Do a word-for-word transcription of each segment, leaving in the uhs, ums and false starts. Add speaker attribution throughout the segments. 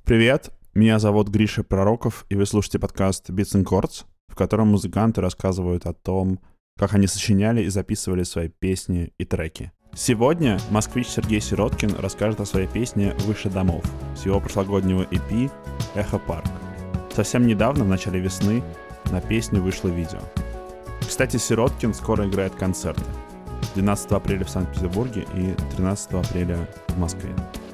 Speaker 1: Привет, меня зовут Гриша Пророков, и вы слушаете подкаст Beats and Chords, в котором музыканты рассказывают о том, как они сочиняли и записывали свои песни и треки. Сегодня москвич Сергей Сироткин расскажет о своей песне «Выше домов» с его прошлогоднего и пи «Эхо Парк». Совсем недавно, в начале весны, на песню вышло видео. Кстати, Сироткин скоро играет концерты. двенадцатого апреля в Санкт-Петербурге и тринадцатого апреля в Москве.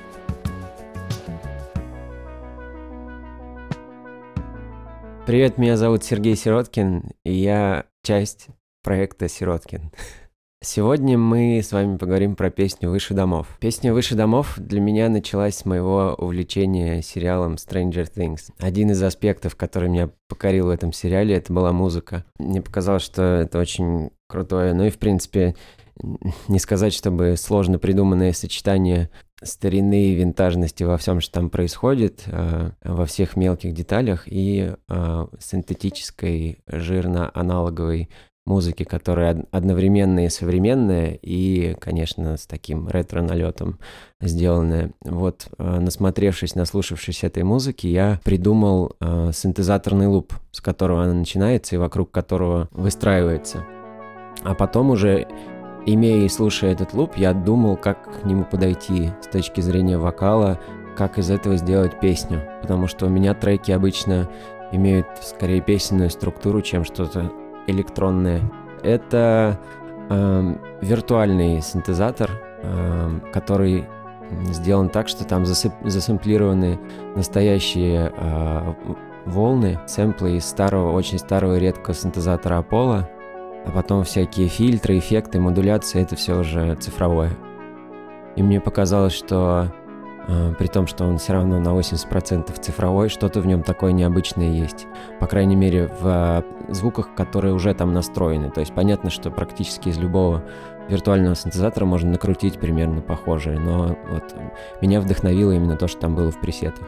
Speaker 2: Привет, меня зовут Сергей Сироткин, и я часть проекта Сироткин. Сегодня мы с вами поговорим про песню «Выше домов». Песня «Выше домов» для меня началась с моего увлечения сериалом Stranger Things. Один из аспектов, который меня покорил в этом сериале, это была музыка. Мне показалось, что это очень крутое, ну и в принципе, не сказать, чтобы сложно придуманное сочетание старины и винтажности во всем, что там происходит, э, во всех мелких деталях, и э, синтетической, жирно-аналоговой музыки, которая одновременно и современная, и, конечно, с таким ретро-налетом сделанная. Вот, э, насмотревшись, наслушавшись этой музыки, я придумал э, синтезаторный луп, с которого она начинается и вокруг которого выстраивается. А потом уже, имея и слушая этот луп, я думал, как к нему подойти с точки зрения вокала, как из этого сделать песню. Потому что у меня треки обычно имеют скорее песенную структуру, чем что-то электронное. Это э, виртуальный синтезатор, э, который сделан так, что там засып- засэмплированы настоящие э, волны, сэмплы из старого, очень старого и редкого синтезатора Apollo. А потом всякие фильтры, эффекты, модуляции, это все уже цифровое. И мне показалось, что э, при том, что он все равно на восемьдесят процентов цифровой, что-то в нем такое необычное есть. По крайней мере, в э, звуках, которые уже там настроены. То есть понятно, что практически из любого виртуального синтезатора можно накрутить примерно похожее, но вот меня вдохновило именно то, что там было в пресетах.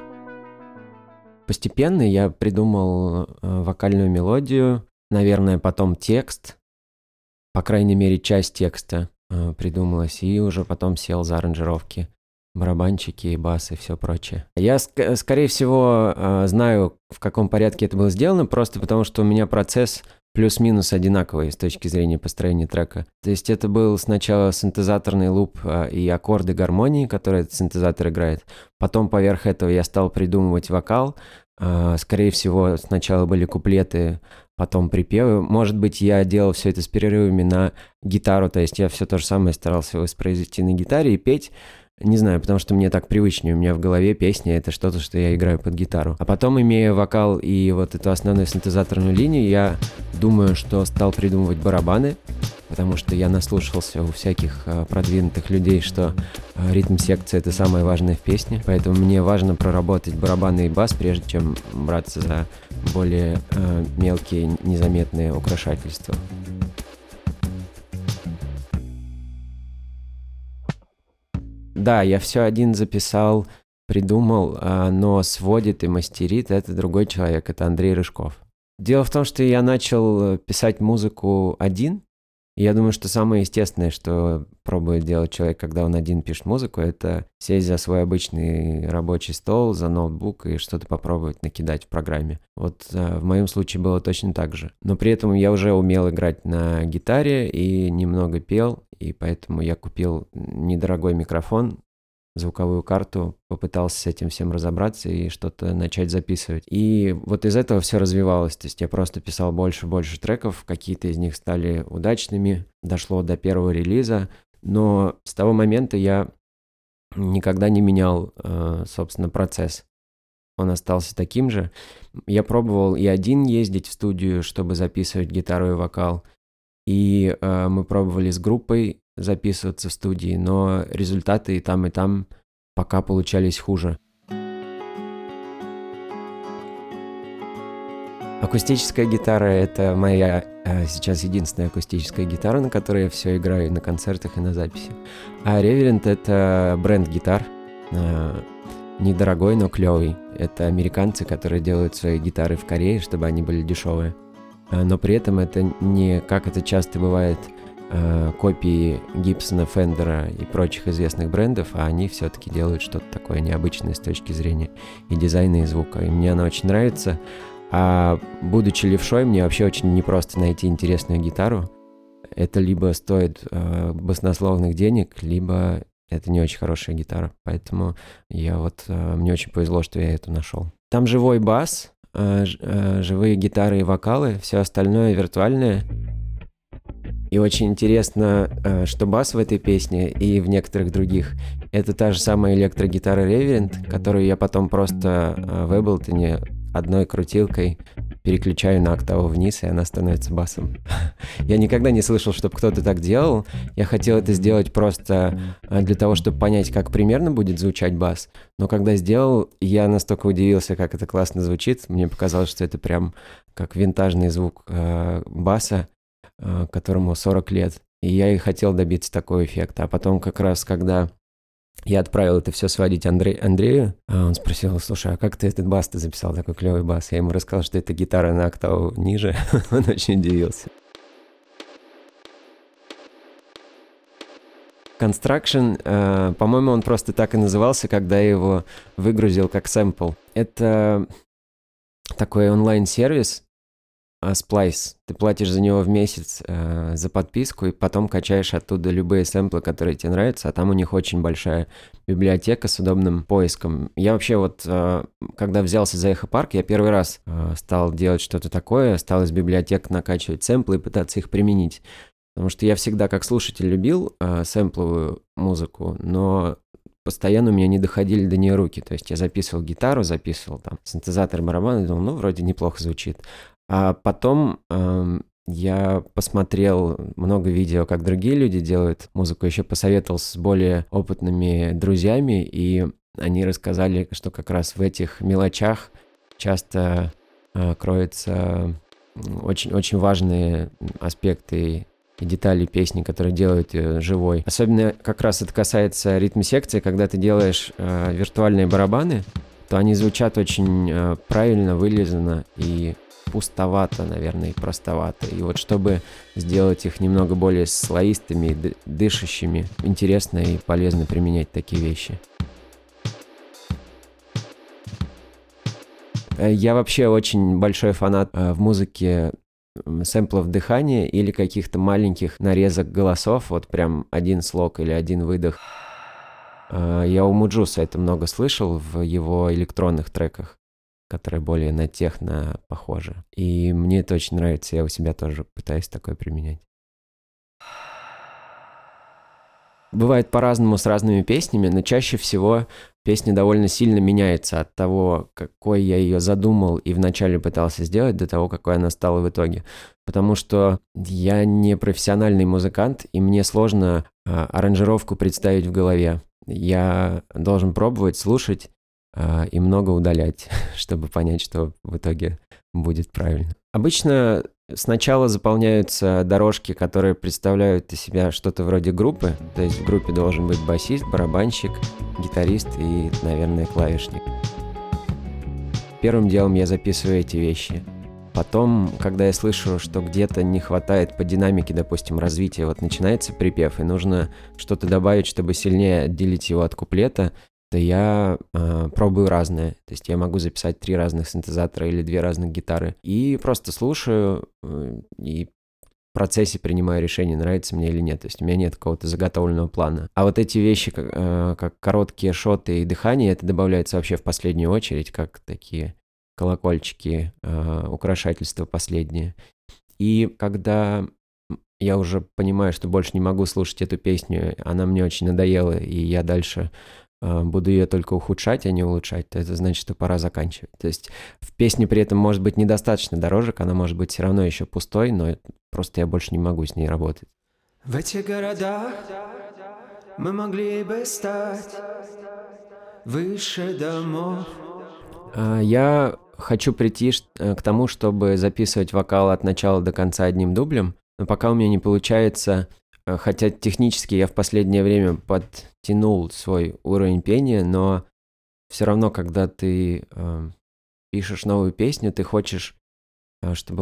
Speaker 2: Постепенно я придумал э, вокальную мелодию, наверное, потом текст. По крайней мере, часть текста э, придумалась, и уже потом сел за аранжировки, барабанчики, бас и все прочее. Я, ск- скорее всего, э, знаю, в каком порядке это было сделано, просто потому что у меня процесс плюс-минус одинаковый с точки зрения построения трека. То есть это был сначала синтезаторный луп э, и аккорды гармонии, которые этот синтезатор играет. Потом поверх этого я стал придумывать вокал. Э, скорее всего, сначала были куплеты, потом припевы. Может быть, я делал все это с перерывами на гитару, то есть я все то же самое старался воспроизвести на гитаре и петь. Не знаю, потому что мне так привычнее, у меня в голове песня — это что-то, что я играю под гитару. А потом, имея вокал и вот эту основную синтезаторную линию, я думаю, что стал придумывать барабаны, потому что я наслушался у всяких э, продвинутых людей, что э, ритм-секция — это самое важное в песне, поэтому мне важно проработать барабаны и бас, прежде чем браться за более э, мелкие, незаметные украшательства. Да, я все один записал, придумал, э, но сводит и мастерит это другой человек, это Андрей Рыжков. Дело в том, что я начал писать музыку один. Я думаю, что самое естественное, что пробует делать человек, когда он один пишет музыку, это сесть за свой обычный рабочий стол, за ноутбук и что-то попробовать накидать в программе. Вот э, в моем случае было точно так же. Но при этом я уже умел играть на гитаре и немного пел, и поэтому я купил недорогой микрофон, звуковую карту, попытался с этим всем разобраться и что-то начать записывать. И вот из этого все развивалось. То есть я просто писал больше и больше треков, какие-то из них стали удачными, дошло до первого релиза, но с того момента я никогда не менял, собственно, процесс. Он остался таким же. Я пробовал и один ездить в студию, чтобы записывать гитару и вокал, и мы пробовали с группой записываться в студии, но результаты и там, и там пока получались хуже. Акустическая гитара — это моя э, сейчас единственная акустическая гитара, на которой я все играю на концертах и на записи. А Reverend — это бренд гитар, э, недорогой, но клевый. Это американцы, которые делают свои гитары в Корее, чтобы они были дешевые. Э, но при этом это не, как это часто бывает, э, копии Гибсона, Фендера и прочих известных брендов, а они все-таки делают что-то такое необычное с точки зрения и дизайна, и звука. И мне она очень нравится. А будучи левшой, мне вообще очень непросто найти интересную гитару. Это либо стоит э, баснословных денег, либо это не очень хорошая гитара. Поэтому я вот, э, мне очень повезло, что я эту нашел. Там живой бас, э, э, живые гитары и вокалы, все остальное виртуальное. И очень интересно, э, что бас в этой песне и в некоторых других — это та же самая электрогитара Reverend, которую я потом просто э, в Ableton одной крутилкой переключаю на октаву вниз, и она становится басом. Я никогда не слышал, чтобы кто-то так делал. Я хотел это сделать просто для того, чтобы понять, как примерно будет звучать бас. Но когда сделал, я настолько удивился, как это классно звучит. Мне показалось, что это прям как винтажный звук э, баса, э, которому сорок лет. И я и хотел добиться такого эффекта. А потом как раз, когда я отправил это все сводить Андре... Андрею, а он спросил: слушай, а как ты этот бас-то записал, такой клевый бас? Я ему рассказал, что это гитара на октаву ниже. Он очень удивился. Construction, э, по-моему, он просто так и назывался, когда я его выгрузил как сэмпл. Это такой онлайн-сервис, Splice. Ты платишь за него в месяц э, за подписку, и потом качаешь оттуда любые сэмплы, которые тебе нравятся, а там у них очень большая библиотека с удобным поиском. Я вообще вот, э, когда взялся за Echo Park, я первый раз э, стал делать что-то такое, стал из библиотек накачивать сэмплы и пытаться их применить. Потому что я всегда как слушатель любил э, сэмпловую музыку, но постоянно у меня не доходили до нее руки. То есть я записывал гитару, записывал там синтезатор, барабан, и думал, ну, вроде неплохо звучит. А потом э, я посмотрел много видео, как другие люди делают музыку, еще посоветовался с более опытными друзьями, и они рассказали, что как раз в этих мелочах часто э, кроются очень-очень важные аспекты и детали песни, которые делают ее живой. Особенно как раз это касается ритм-секции, когда ты делаешь э, виртуальные барабаны, то они звучат очень э, правильно, вылизанно и пустовато, наверное, и простовато. И вот чтобы сделать их немного более слоистыми, дышащими, интересно и полезно применять такие вещи. Я вообще очень большой фанат в музыке сэмплов дыхания или каких-то маленьких нарезок голосов, вот прям один слог или один выдох. Я у Муджуса это много слышал в его электронных треках, которые более на техно похожи. И мне это очень нравится, я у себя тоже пытаюсь такое применять. Бывает по-разному с разными песнями, но чаще всего песня довольно сильно меняется от того, какой я ее задумал и вначале пытался сделать, до того, какой она стала в итоге. Потому что я не профессиональный музыкант, и мне сложно а, аранжировку представить в голове. Я должен пробовать, слушать а, и много удалять, чтобы понять, что в итоге будет правильно. Обычно сначала заполняются дорожки, которые представляют из себя что-то вроде группы. То есть в группе должен быть басист, барабанщик, гитарист и, наверное, клавишник. Первым делом я записываю эти вещи. Потом, когда я слышу, что где-то не хватает по динамике, допустим, развития, вот начинается припев, и нужно что-то добавить, чтобы сильнее отделить его от куплета, то я э, пробую разное. То есть я могу записать три разных синтезатора или две разных гитары. И просто слушаю э, и в процессе принимаю решение, нравится мне или нет. То есть у меня нет какого-то заготовленного плана. А вот эти вещи, как, э, как короткие шоты и дыхание, это добавляется вообще в последнюю очередь, как такие колокольчики, э, украшательства последние. И когда я уже понимаю, что больше не могу слушать эту песню, она мне очень надоела, и я дальше буду ее только ухудшать, а не улучшать, то это значит, что пора заканчивать. То есть в песне при этом может быть недостаточно дорожек, она может быть все равно еще пустой, но просто я больше не могу с ней работать.
Speaker 3: В этих городах мы могли бы стать выше домов.
Speaker 2: Я хочу прийти к тому, чтобы записывать вокал от начала до конца одним дублем, но пока у меня не получается. Хотя технически я в последнее время подтянул свой уровень пения, но все равно, когда ты э, пишешь новую песню, ты хочешь, э, чтобы вот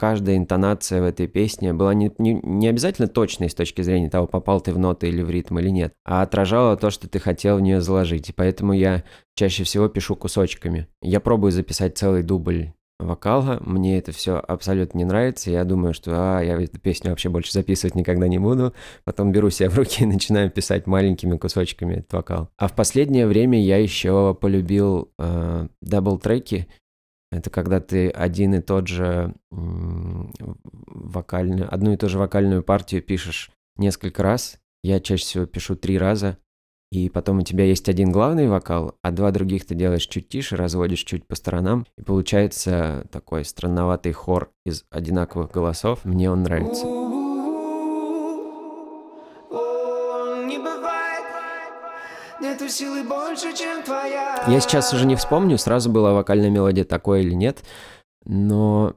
Speaker 2: каждая интонация в этой песне была не, не, не обязательно точной с точки зрения того, попал ты в ноты или в ритм или нет, а отражала то, что ты хотел в нее заложить. И поэтому я чаще всего пишу кусочками. Я пробую записать целый дубль вокала, мне это все абсолютно не нравится, я думаю, что а, я эту песню вообще больше записывать никогда не буду, потом беру себя в руки и начинаю писать маленькими кусочками этот вокал. А в последнее время я еще полюбил э, дабл-треки. Это когда ты один и тот же м, вокальную, одну и ту же вокальную партию пишешь несколько раз. Я чаще всего пишу три раза, и потом у тебя есть один главный вокал, а два других ты делаешь чуть тише, разводишь чуть по сторонам, и получается такой странноватый хор из одинаковых голосов. Мне он нравится.
Speaker 3: Нету силы больше, чем твоя.
Speaker 2: Я сейчас уже не вспомню, сразу была вокальная мелодия такой или нет, но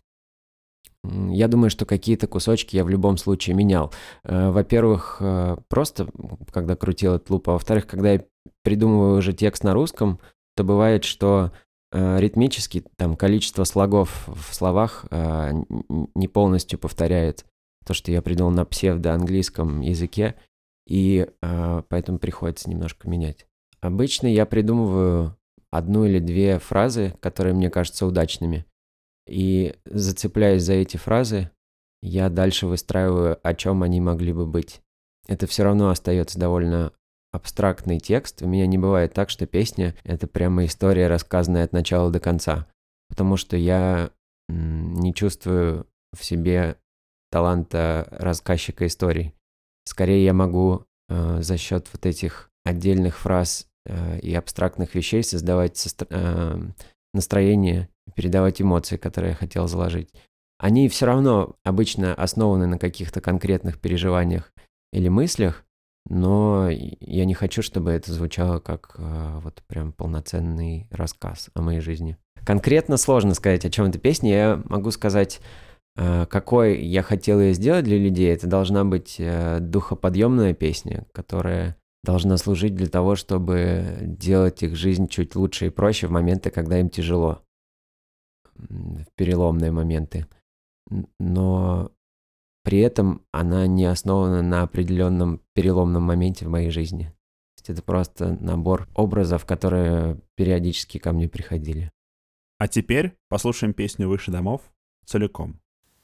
Speaker 2: я думаю, что какие-то кусочки я в любом случае менял. Во-первых, просто когда крутил этот луп, а во-вторых, когда я придумываю уже текст на русском, то бывает, что ритмически там количество слогов в словах не полностью повторяет то, что я придумал на псевдоанглийском языке, и поэтому приходится немножко менять. Обычно я придумываю одну или две фразы, которые мне кажутся удачными, и зацепляясь за эти фразы, я дальше выстраиваю, о чем они могли бы быть. Это все равно остается довольно абстрактный текст. У меня не бывает так, что песня — это прямо история, рассказанная от начала до конца. Потому что я не чувствую в себе таланта рассказчика историй. Скорее я могу э, за счет вот этих отдельных фраз э, и абстрактных вещей создавать состро... э, настроение, передавать эмоции, которые я хотел заложить. Они все равно обычно основаны на каких-то конкретных переживаниях или мыслях, но я не хочу, чтобы это звучало как э, вот прям полноценный рассказ о моей жизни. Конкретно сложно сказать, о чем эта песня. Я могу сказать, э, какой я хотел ее сделать для людей. Это должна быть э, духоподъемная песня, которая должна служить для того, чтобы делать их жизнь чуть лучше и проще в моменты, когда им тяжело, в переломные моменты. Но при этом она не основана на определенном переломном моменте в моей жизни. То есть это просто набор образов, которые периодически ко мне приходили.
Speaker 1: А теперь послушаем песню «Выше домов» целиком.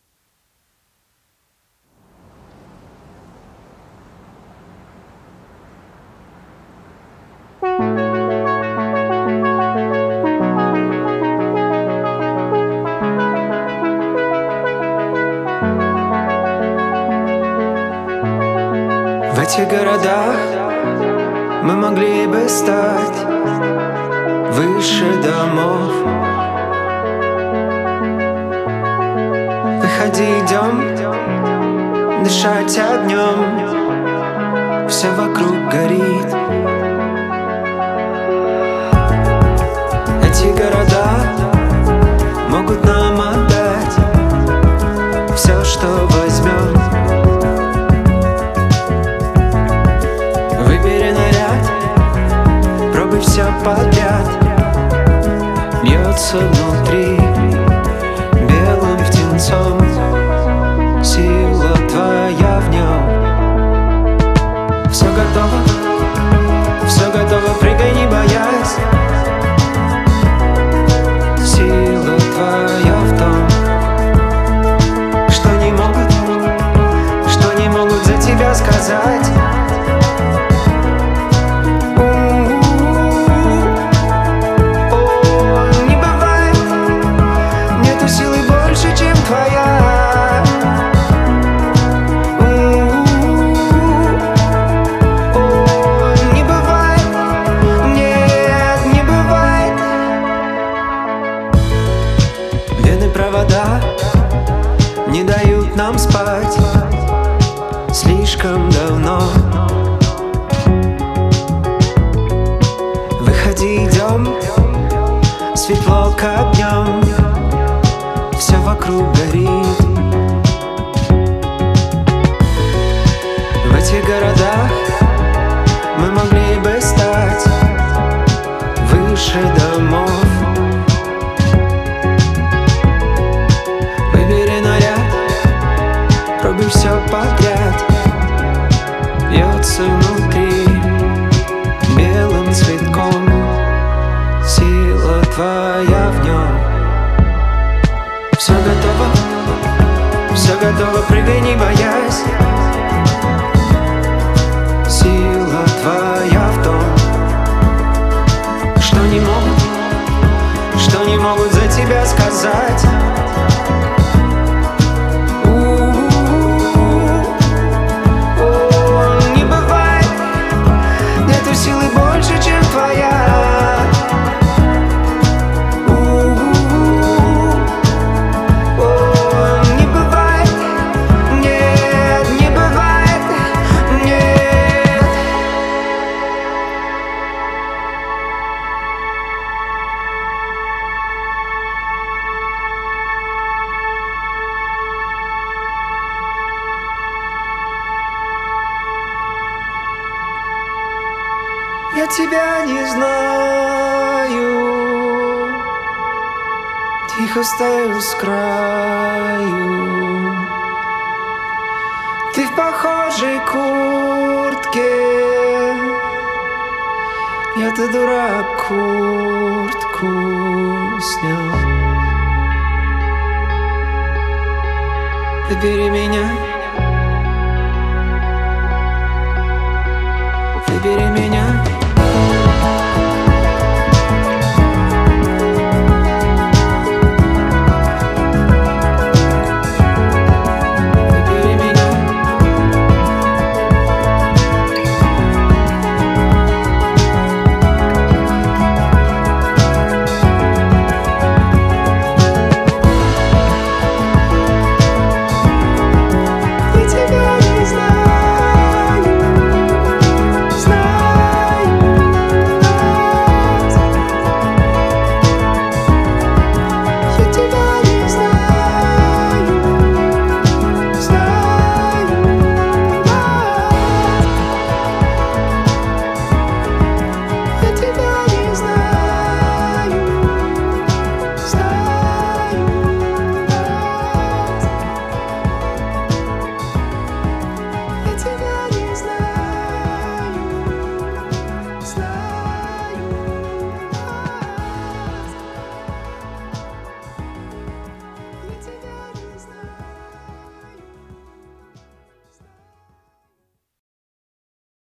Speaker 3: В этих городах мы могли бы стать выше домов. Выходи, идем, дышать огнем, все вокруг горит. Эти города могут нам отдать все, что возьмем. Выбери наряд, пробуй все подряд. Льется внутри белым птенцом, сила твоя в нем. Все готово, все готово, прыгай, не боясь. Сила твоя в том, что не могут, что не могут за тебя сказать. Не дают нам спать слишком давно. Выходи, идем, светло как днем, все вокруг горит. В этих городах мы могли бы стать выше домов. Выбери твоя в нем. Все готово, все готово, прыгай, не боясь. Сила твоя в том, что не могут, что не могут за тебя сказать. Не бывает, нету силы больше, чем твоя. Не бывает, нет, не бывает, нет. Я тебя не знаю, тихо стою с краю. Ты в похожей куртке, я-то дурак куртку снял. Выбери меня.